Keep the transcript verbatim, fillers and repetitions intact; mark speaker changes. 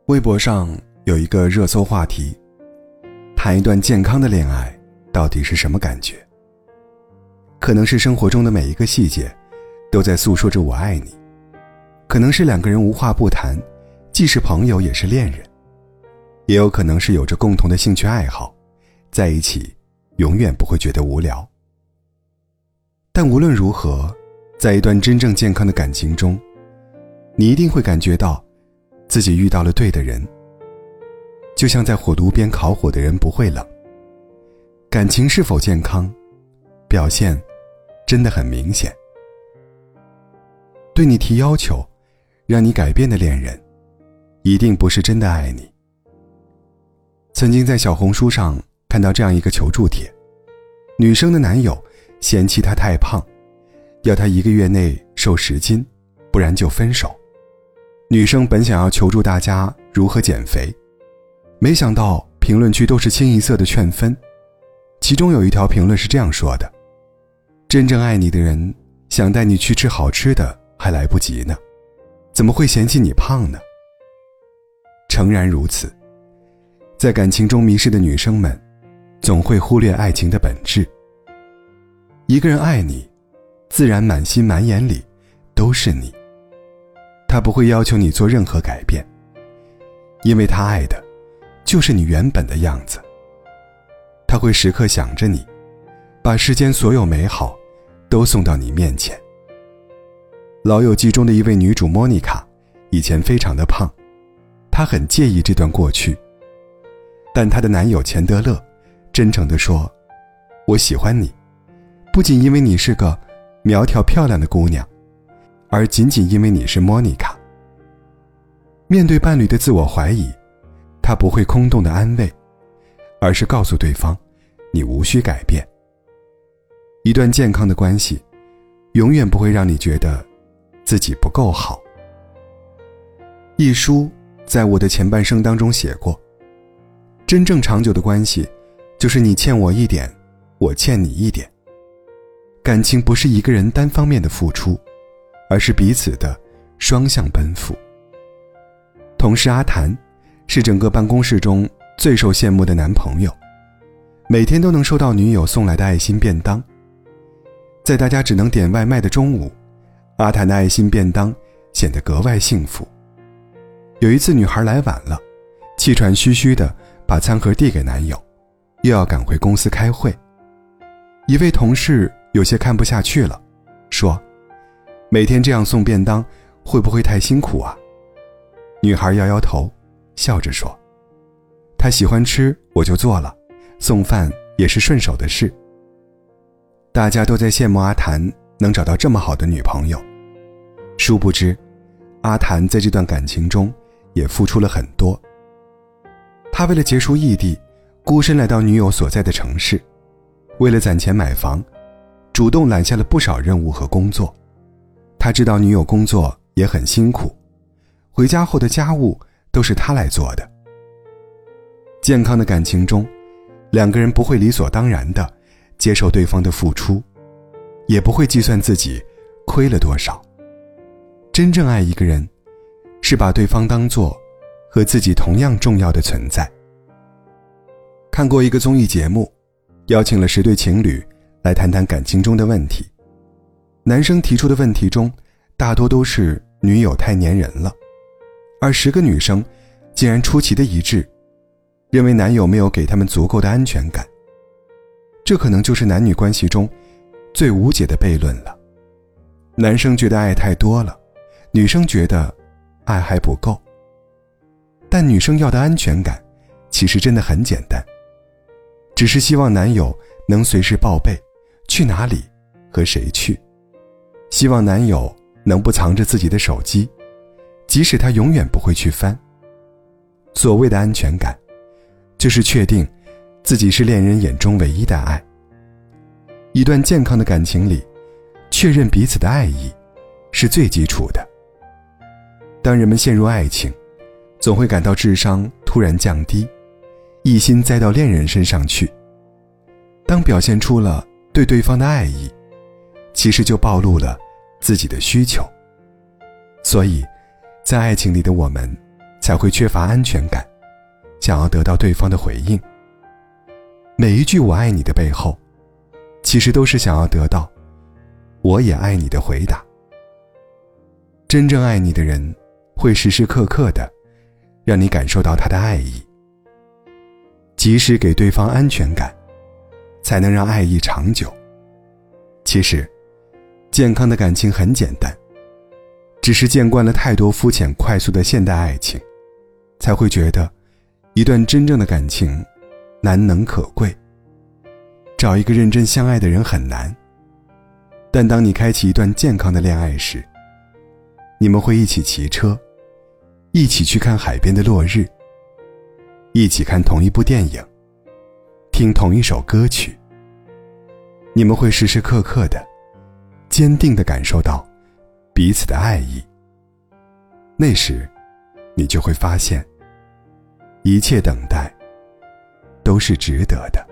Speaker 1: 微博上有一个热搜话题，谈一段健康的恋爱到底是什么感觉？可能是生活中的每一个细节都在诉说着我爱你，可能是两个人无话不谈，既是朋友也是恋人，也有可能是有着共同的兴趣爱好，在一起永远不会觉得无聊。但无论如何，在一段真正健康的感情中，你一定会感觉到自己遇到了对的人。就像在火炉边烤火的人不会冷。感情是否健康，表现真的很明显。对你提要求让你改变的恋人，一定不是真的爱你。曾经在小红书上看到这样一个求助帖，女生的男友嫌弃她太胖，要她一个月内瘦十斤，不然就分手。女生本想要求助大家如何减肥，没想到评论区都是清一色的劝分。其中有一条评论是这样说的：真正爱你的人想带你去吃好吃的还来不及呢，怎么会嫌弃你胖呢？诚然如此，在感情中迷失的女生们总会忽略爱情的本质。一个人爱你，自然满心满眼里都是你，他不会要求你做任何改变，因为他爱的就是你原本的样子。他会时刻想着你，把世间所有美好都送到你面前。老友记中的一位女主莫妮卡以前非常的胖，她很介意这段过去，但她的男友钱德勒真诚地说：我喜欢你，不仅因为你是个苗条漂亮的姑娘，而仅仅因为你是莫妮卡。面对伴侣的自我怀疑，他不会空洞的安慰，而是告诉对方你无需改变。一段健康的关系永远不会让你觉得自己不够好。一书在我的前半生当中写过，真正长久的关系就是你欠我一点，我欠你一点。感情不是一个人单方面的付出，而是彼此的双向奔赴。同事阿谭是整个办公室中最受羡慕的男朋友，每天都能收到女友送来的爱心便当。在大家只能点外卖的中午，阿谭的爱心便当显得格外幸福。有一次女孩来晚了，气喘吁吁地把餐盒递给男友，又要赶回公司开会。一位同事有些看不下去了，说：每天这样送便当会不会太辛苦啊？女孩摇摇头，笑着说：他喜欢吃我就做了，送饭也是顺手的事。大家都在羡慕阿谭能找到这么好的女朋友，殊不知阿谭在这段感情中也付出了很多。他为了结束异地，孤身来到女友所在的城市，为了攒钱买房，主动揽下了不少任务和工作。他知道女友工作也很辛苦，回家后的家务都是他来做的。健康的感情中，两个人不会理所当然地接受对方的付出，也不会计算自己亏了多少。真正爱一个人，是把对方当作和自己同样重要的存在。看过一个综艺节目，邀请了十对情侣来谈谈感情中的问题。男生提出的问题中，大多都是女友太粘人了，而十个女生竟然出奇的一致，认为男友没有给他们足够的安全感。这可能就是男女关系中最无解的悖论了。男生觉得爱太多了，女生觉得爱还不够。但女生要的安全感其实真的很简单，只是希望男友能随时报备去哪里和谁去，希望男友能不藏着自己的手机，即使他永远不会去翻。所谓的安全感，就是确定自己是恋人眼中唯一的爱。一段健康的感情里，确认彼此的爱意是最基础的。当人们陷入爱情，总会感到智商突然降低，一心栽到恋人身上去。当表现出了对对方的爱意，其实就暴露了自己的需求。所以在爱情里的我们才会缺乏安全感，想要得到对方的回应。每一句我爱你的背后，其实都是想要得到我也爱你的回答。真正爱你的人，会时时刻刻的让你感受到他的爱意，及时给对方安全感，才能让爱意长久。其实健康的感情很简单，只是见惯了太多肤浅快速的现代爱情，才会觉得一段真正的感情难能可贵。找一个认真相爱的人很难，但当你开启一段健康的恋爱时，你们会一起骑车，一起去看海边的落日，一起看同一部电影，听同一首歌曲。你们会时时刻刻的坚定地感受到彼此的爱意。那时你就会发现，一切等待都是值得的。